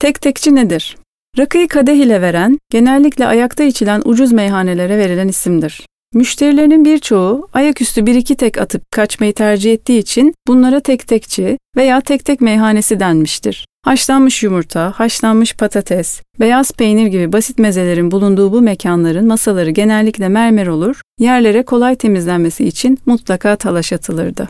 Tek tekçi nedir? Rakıyı kadeh ile veren, genellikle ayakta içilen ucuz meyhanelere verilen isimdir. Müşterilerinin birçoğu ayaküstü bir iki tek atıp kaçmayı tercih ettiği için bunlara tek tekçi veya tek tek meyhanesi denmiştir. Haşlanmış yumurta, haşlanmış patates, beyaz peynir gibi basit mezelerin bulunduğu bu mekanların masaları genellikle mermer olur, yerlere kolay temizlenmesi için mutlaka talaş atılırdı.